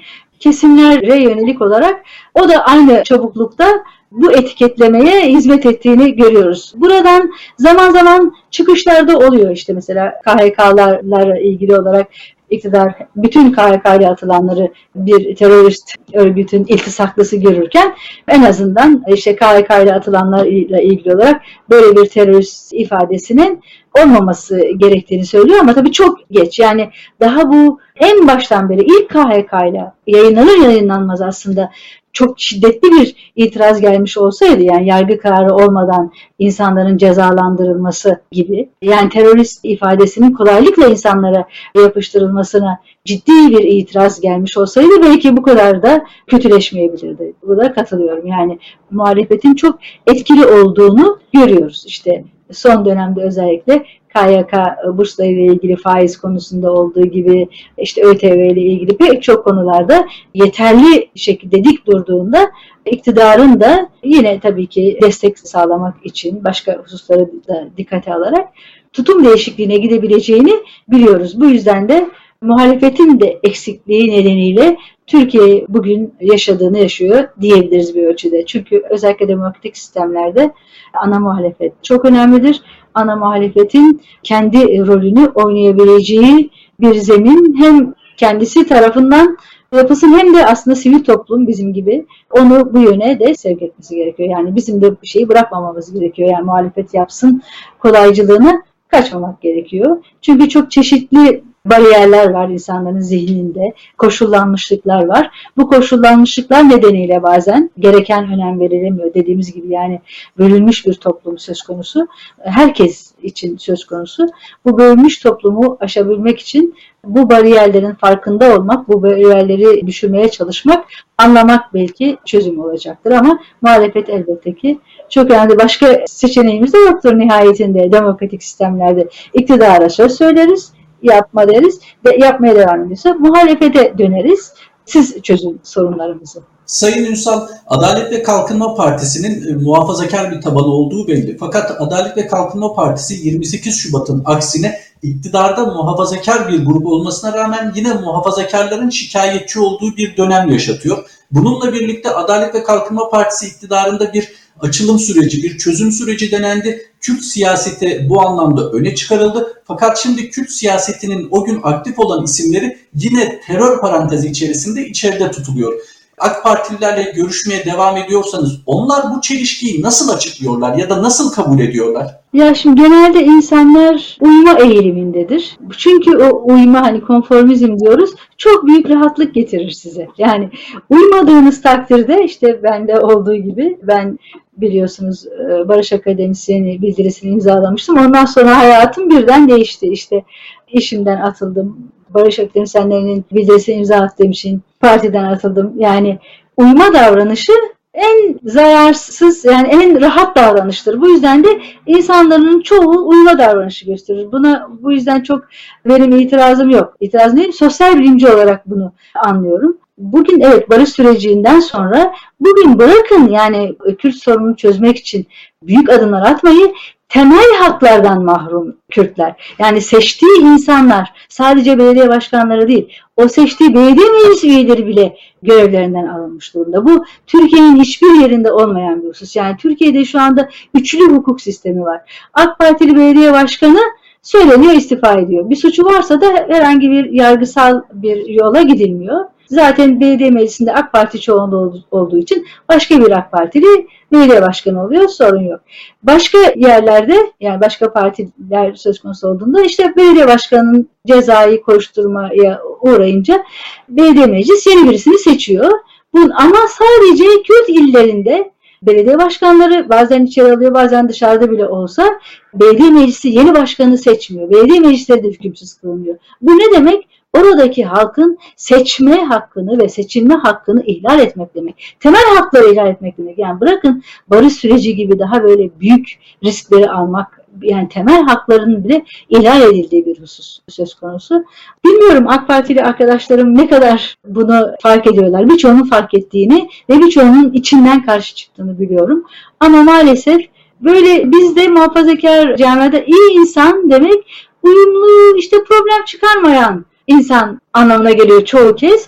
kesimlere yönelik olarak o da aynı çabuklukta bu etiketlemeye hizmet ettiğini görüyoruz. Buradan zaman zaman çıkışlarda oluyor, işte mesela K H K'larla ilgili olarak iktidar bütün K H K'ya atılanları bir terörist örgütün iltisaklısı görürken en azından işte K H K'ya atılanlarla ilgili olarak böyle bir terörist ifadesinin olmaması gerektiğini söylüyor ama tabii çok geç. Yani daha bu en baştan beri ilk K H K'yla yayınlanır yayınlanmaz aslında çok şiddetli bir itiraz gelmiş olsaydı, yani yargı kararı olmadan insanların cezalandırılması gibi, yani terörist ifadesinin kolaylıkla insanlara yapıştırılmasına ciddi bir itiraz gelmiş olsaydı belki bu kadar da kötüleşmeyebilirdi. Burada katılıyorum. Yani muhalefetin çok etkili olduğunu görüyoruz. İşte son dönemde özellikle K Y K bursları ile ilgili faiz konusunda olduğu gibi, işte ÖTV ile ilgili pek çok konularda yeterli şekilde dik durduğunda iktidarın da yine tabii ki destek sağlamak için başka hususları da dikkate alarak tutum değişikliğine gidebileceğini biliyoruz. Bu yüzden de muhalefetin de eksikliği nedeniyle Türkiye bugün yaşadığını yaşıyor diyebiliriz bir ölçüde. Çünkü özellikle demokratik sistemlerde ana muhalefet çok önemlidir. Ana muhalefetin kendi rolünü oynayabileceği bir zemin hem kendisi tarafından yapılsın hem de aslında sivil toplum bizim gibi onu bu yöne de sevk etmesi gerekiyor. Yani bizim de bir şeyi bırakmamamız gerekiyor. Yani muhalefet yapsın kolaycılığına kaçmamak gerekiyor. Çünkü çok çeşitli bariyerler var insanların zihninde, koşullanmışlıklar var. Bu koşullanmışlıklar nedeniyle bazen gereken önem verilemiyor. Dediğimiz gibi yani bölünmüş bir toplum söz konusu. Herkes için söz konusu. Bu bölünmüş toplumu aşabilmek için bu bariyerlerin farkında olmak, bu bariyerleri düşürmeye çalışmak, anlamak belki çözüm olacaktır. Ama muhalefet elbette ki çok önemli. Başka seçeneğimiz de yoktur nihayetinde demokratik sistemlerde. İktidara söz söyleriz, yapma deriz ve yapmaya devam ediyorsa muhalefete döneriz. Siz çözün sorunlarımızı. Sayın Ünsal, Adalet ve Kalkınma Partisi'nin muhafazakar bir tabanı olduğu belli. Fakat Adalet ve Kalkınma Partisi yirmi sekiz Şubat'ın aksine iktidarda muhafazakar bir grup olmasına rağmen yine muhafazakarların şikayetçi olduğu bir dönem yaşatıyor. Bununla birlikte Adalet ve Kalkınma Partisi iktidarında bir açılım süreci, bir çözüm süreci denendi. Kürt siyaseti bu anlamda öne çıkarıldı. Fakat şimdi Kürt siyasetinin o gün aktif olan isimleri yine terör parantezi içerisinde içeride tutuluyor. AK Partililerle görüşmeye devam ediyorsanız onlar bu çelişkiyi nasıl açıklıyorlar ya da nasıl kabul ediyorlar? Ya şimdi genelde insanlar uyuma eğilimindedir. Çünkü o uyuma, hani konformizm diyoruz, çok büyük rahatlık getirir size. Yani uymadığınız takdirde, işte bende olduğu gibi, ben biliyorsunuz Barış Akademisyeni bildirisini imzalamıştım. Ondan sonra hayatım birden değişti. İşte işimden atıldım. Barış Akademisyenlerinin bildirisini imza attığım için partiden atıldım. Yani uyma davranışı en zararsız, yani en rahat davranıştır. Bu yüzden de insanların çoğu uyma davranışı gösterir. Buna bu yüzden çok benim itirazım yok. İtirazım değil, sosyal bilimci olarak bunu anlıyorum. Bugün evet barış sürecinden sonra bugün bırakın yani Kürt sorununu çözmek için büyük adımlar atmayı, temel haklardan mahrum Kürtler. Yani seçtiği insanlar, sadece belediye başkanları değil, o seçtiği belediye meclis üyeleri bile görevlerinden alınmış durumda. Bu Türkiye'nin hiçbir yerinde olmayan bir husus. Yani Türkiye'de şu anda üçlü hukuk sistemi var. AK Partili belediye başkanı söyleniyor, istifa ediyor. Bir suçu varsa da herhangi bir yargısal bir yola gidilmiyor. Zaten belediye meclisinde AK Parti çoğunluğu olduğu için başka bir AK Partili belediye başkanı oluyor, sorun yok. Başka yerlerde, yani başka partiler söz konusu olduğunda işte belediye başkanının cezai koşturmaya uğrayınca belediye meclis yeni birisini seçiyor. Bunun, ama sadece Kürt illerinde belediye başkanları bazen içeri alıyor, bazen dışarıda bile olsa belediye meclisi yeni başkanı seçmiyor. Belediye meclisleri de hükümsüz kılınıyor. Bu ne demek? Oradaki halkın seçme hakkını ve seçilme hakkını ihlal etmek demek. Temel hakları ihlal etmek demek. Yani bırakın barış süreci gibi daha böyle büyük riskleri almak, yani temel haklarının bile ihlal edildiği bir husus söz konusu. Bilmiyorum AK Partili arkadaşlarım ne kadar bunu fark ediyorlar. Birçoğunun fark ettiğini ve birçoğunun içinden karşı çıktığını biliyorum. Ama maalesef böyle bizde muhafazakar camiada iyi insan demek uyumlu, işte problem çıkarmayan insan anlamına geliyor çoğu kez.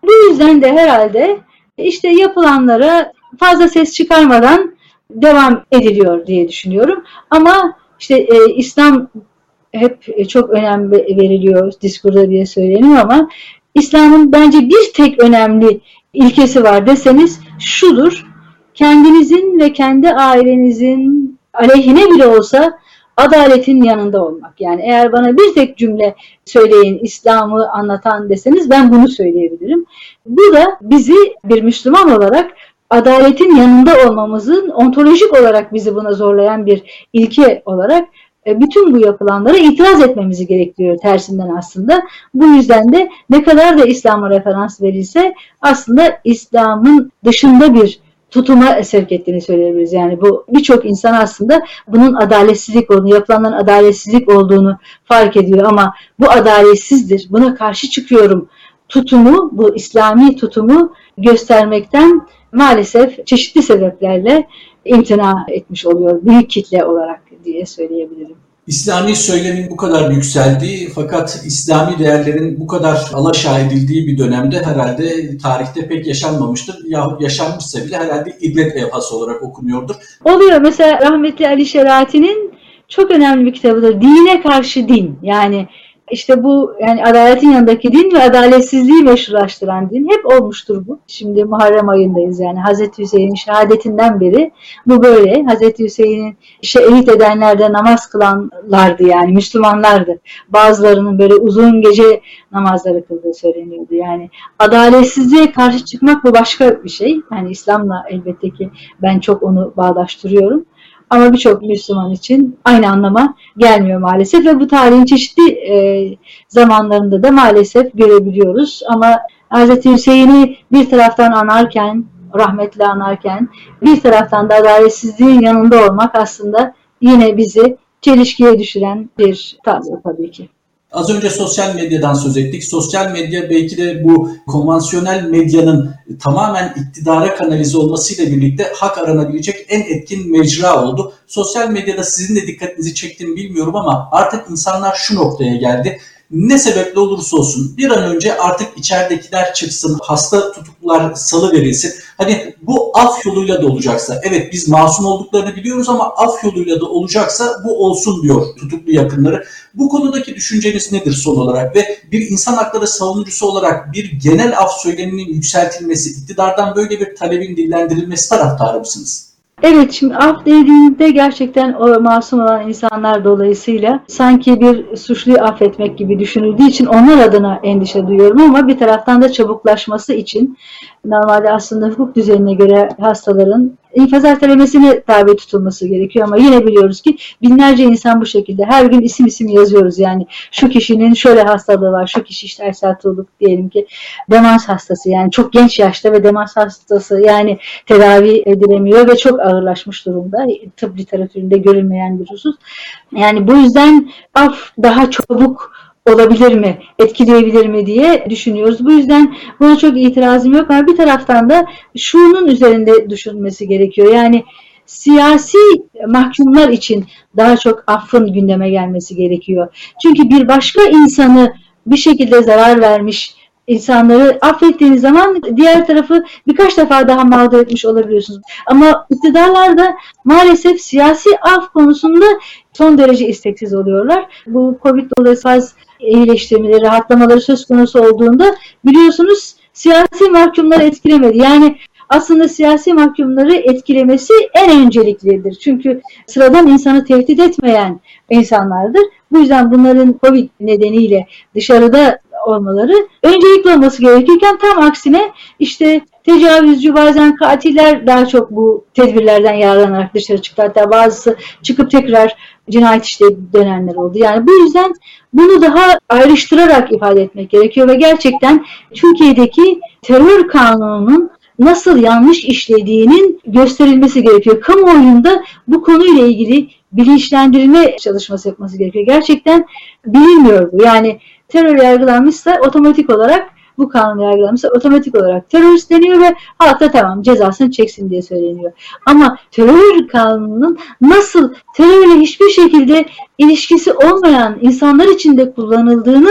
Bu yüzden de herhalde işte yapılanlara fazla ses çıkarmadan devam ediliyor diye düşünüyorum. Ama işte e, İslam hep çok önem veriliyor diskurda diye söyleniyor ama İslam'ın bence bir tek önemli ilkesi var deseniz şudur: kendinizin ve kendi ailenizin aleyhine bile olsa adaletin yanında olmak. Yani eğer bana bir tek cümle söyleyin İslam'ı anlatan deseniz ben bunu söyleyebilirim. Bu da bizi bir Müslüman olarak adaletin yanında olmamızın ontolojik olarak bizi buna zorlayan bir ilke olarak bütün bu yapılanlara itiraz etmemizi gerektiriyor tersinden aslında. Bu yüzden de ne kadar da İslam'a referans verilse aslında İslam'ın dışında bir tutuma sevk ettiğini söyleyebiliriz. Yani bu birçok insan aslında bunun adaletsizlik olduğunu, yapılanların adaletsizlik olduğunu fark ediyor ama bu adaletsizdir, buna karşı çıkıyorum tutumu, bu İslami tutumu göstermekten maalesef çeşitli sebeplerle imtina etmiş oluyor büyük kitle olarak diye söyleyebilirim. İslami söylemin bu kadar yükseldiği fakat İslami değerlerin bu kadar alaşağı edildiği bir dönemde herhalde tarihte pek yaşanmamıştır. Yahut yaşanmışsa bile herhalde ibret levhası olarak okunuyordur. Oluyor. Mesela rahmetli Ali Şerati'nin çok önemli bir kitabıdır. Dine karşı din. Yani İşte bu yani adaletin yanındaki din ve adaletsizliği meşrulaştıran din hep olmuştur bu. Şimdi Muharrem ayındayız yani Hazreti Hüseyin'in şehadetinden beri bu böyle. Hazreti Hüseyin'in şehit edenlerde namaz kılanlardı yani Müslümanlardı. Bazılarının böyle uzun gece namazları kıldığı söyleniyordu. Yani adaletsizliğe karşı çıkmak bu başka bir şey. Yani İslam'la elbette ki ben çok onu bağdaştırıyorum. Ama birçok Müslüman için aynı anlama gelmiyor maalesef ve bu tarihin çeşitli e, zamanlarında da maalesef görebiliyoruz. Ama Hz. Hüseyin'i bir taraftan anarken, rahmetli anarken bir taraftan da adaletsizliğin yanında olmak aslında yine bizi çelişkiye düşüren bir tablo tabii ki. Az önce sosyal medyadan söz ettik. Sosyal medya belki de bu konvansiyonel medyanın tamamen iktidara kanalize olmasıyla birlikte hak aranabilecek en etkin mecra oldu. Sosyal medyada sizin de dikkatinizi çektiğini bilmiyorum ama artık insanlar şu noktaya geldi. Ne sebeple olursa olsun bir an önce artık içeridekiler çıksın, hasta tutuklular salıverilsin. Hani bu af yoluyla da olacaksa, evet biz masum olduklarını biliyoruz ama af yoluyla da olacaksa bu olsun diyor tutuklu yakınları. Bu konudaki düşünceniz nedir son olarak ve bir insan hakları savunucusu olarak bir genel af söyleminin yükseltilmesi, iktidardan böyle bir talebin dillendirilmesi taraftarı mısınız? Evet, şimdi af dediğinde gerçekten o masum olan insanlar dolayısıyla sanki bir suçluyu affetmek gibi düşünüldüğü için onlar adına endişe duyuyorum ama bir taraftan da çabuklaşması için normalde aslında hukuk düzenine göre hastaların infaz ertelemesine tabi tutulması gerekiyor ama yine biliyoruz ki binlerce insan bu şekilde her gün isim isim yazıyoruz yani şu kişinin şöyle hastalığı var, şu kişi işte Aysel Tuğluk diyelim ki demans hastası yani çok genç yaşta ve demans hastası yani tedavi edilemiyor ve çok ağırlaşmış durumda. Tıp literatüründe görülmeyen bir husus. Yani bu yüzden af daha çabuk olabilir mi, etkileyebilir mi diye düşünüyoruz. Bu yüzden buna çok itirazım yok ama bir taraftan da şunun üzerinde düşünülmesi gerekiyor. Yani siyasi mahkumlar için daha çok affın gündeme gelmesi gerekiyor. Çünkü bir başka insanı bir şekilde zarar vermiş insanları affettiğiniz zaman diğer tarafı birkaç defa daha mağdur etmiş olabiliyorsunuz. Ama iktidarlar da maalesef siyasi af konusunda son derece isteksiz oluyorlar. Bu Covid dolayısıyla iyileştirmeleri, rahatlamaları söz konusu olduğunda biliyorsunuz siyasi mahkumları etkilemedi. Yani aslında siyasi mahkumları etkilemesi en önceliklidir. Çünkü sıradan insanı tehdit etmeyen insanlardır. Bu yüzden bunların Covid nedeniyle dışarıda olmaları öncelikli olması gerekirken tam aksine işte tecavüzcü bazen katiller daha çok bu tedbirlerden yararlanarak dışarı çıktı. Hatta bazısı çıkıp tekrar cinayet işleyip dönenler oldu. Yani bu yüzden bunu daha ayrıştırarak ifade etmek gerekiyor ve gerçekten Türkiye'deki terör kanununun nasıl yanlış işlediğinin gösterilmesi gerekiyor. Kamuoyunda bu konuyla ilgili bilinçlendirme çalışması yapması gerekiyor. Gerçekten bilinmiyor bu. Yani terör yargılanmışsa otomatik olarak bu kanun yargılanmışsa otomatik olarak terörist deniyor ve halkta tamam cezasını çeksin diye söyleniyor. Ama terör kanununun nasıl terörle hiçbir şekilde ilişkisi olmayan insanlar için de kullanıldığının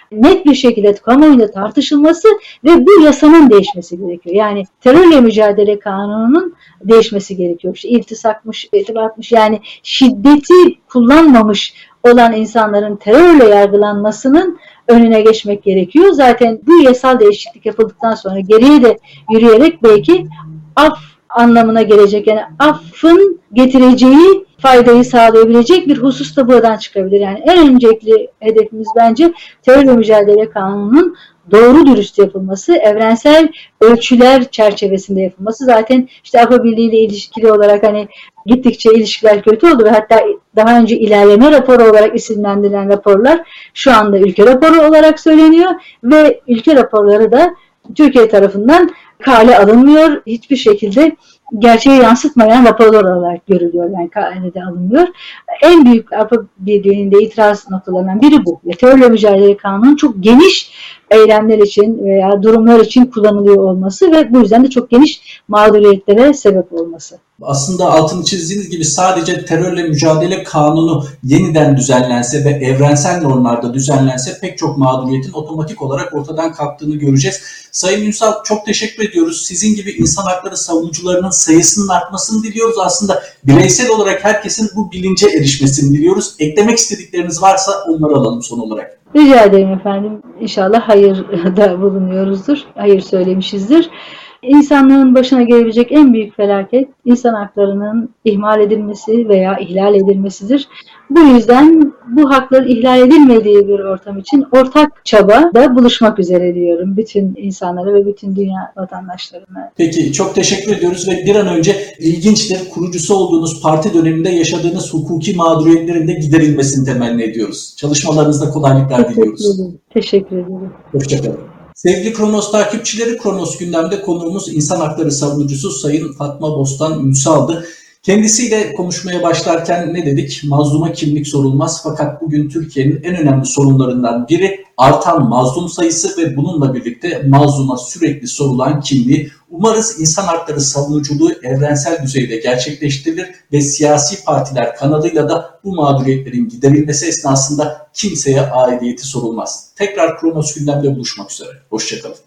net bir şekilde kamuoyunda tartışılması ve bu yasanın değişmesi gerekiyor. Yani terörle mücadele kanununun değişmesi gerekiyor. İşte iltisakmış, irtibatmış, yani şiddeti kullanmamış olan insanların terörle yargılanmasının önüne geçmek gerekiyor. Zaten bu yasal değişiklik yapıldıktan sonra geriye de yürüyerek belki af anlamına gelecek, yani affın getireceği faydayı sağlayabilecek bir husus da buradan çıkabilir. Yani en öncelikli hedefimiz bence terörle mücadele kanununun doğru dürüst yapılması, evrensel ölçüler çerçevesinde yapılması. Zaten işte Avrupa Birliği ile ilişkili olarak hani gittikçe ilişkiler kötü oldu ve hatta daha önce ilerleme raporu olarak isimlendirilen raporlar şu anda ülke raporu olarak söyleniyor ve ülke raporları da Türkiye tarafından kale alınmıyor. Hiçbir şekilde gerçeği yansıtmayan raporlar olarak görülüyor. Yani kalede alınmıyor. En büyük Avrupa Birliği'nde itiraz noktalarından biri bu. Terörle mücadele kanunu çok geniş eylemler için veya durumlar için kullanılıyor olması ve bu yüzden de çok geniş mağduriyetlere sebep olması. Aslında altını çizdiğiniz gibi sadece terörle mücadele kanunu yeniden düzenlense ve evrensel normlarda düzenlense pek çok mağduriyetin otomatik olarak ortadan kalktığını göreceğiz. Sayın Ünsal, çok teşekkür ediyoruz. Sizin gibi insan hakları savunucularının sayısının artmasını diliyoruz. Aslında bireysel olarak herkesin bu bilince erişmesini diliyoruz. Eklemek istedikleriniz varsa onları alalım son olarak. Rica ederim efendim. İnşallah hayırda bulunuyoruzdur. Hayır söylemişizdir. İnsanlığın başına gelebilecek en büyük felaket insan haklarının ihmal edilmesi veya ihlal edilmesidir. Bu yüzden bu hakların ihlal edilmediği bir ortam için ortak çaba da buluşmak üzere diyorum bütün insanlara ve bütün dünya vatandaşlarına. Peki, çok teşekkür ediyoruz ve bir an önce ilginçtir, kurucusu olduğunuz parti döneminde yaşadığınız hukuki mağduriyetlerin de giderilmesini temenni ediyoruz. Çalışmalarınızda kolaylıklar Teşekkür diliyoruz. ederim. Teşekkür ederim. Hoşçakalın. Sevgili Kronos takipçileri, Kronos gündemde konuğumuz insan hakları savunucusu Sayın Fatma Bostan Ünsal'dı. Kendisiyle konuşmaya başlarken ne dedik? Mazluma kimlik sorulmaz, fakat bugün Türkiye'nin en önemli sorunlarından biri artan mazlum sayısı ve bununla birlikte mazluma sürekli sorulan kimliği. Umarız insan hakları savunuculuğu evrensel düzeyde gerçekleştirilir ve siyasi partiler kanalıyla da bu mağduriyetlerin giderilmesi esnasında kimseye aidiyeti sorulmaz. Tekrar Kronos gündemde buluşmak üzere. Hoşçakalın.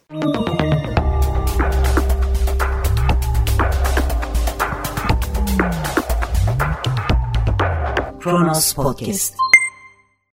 Kronos Podcast.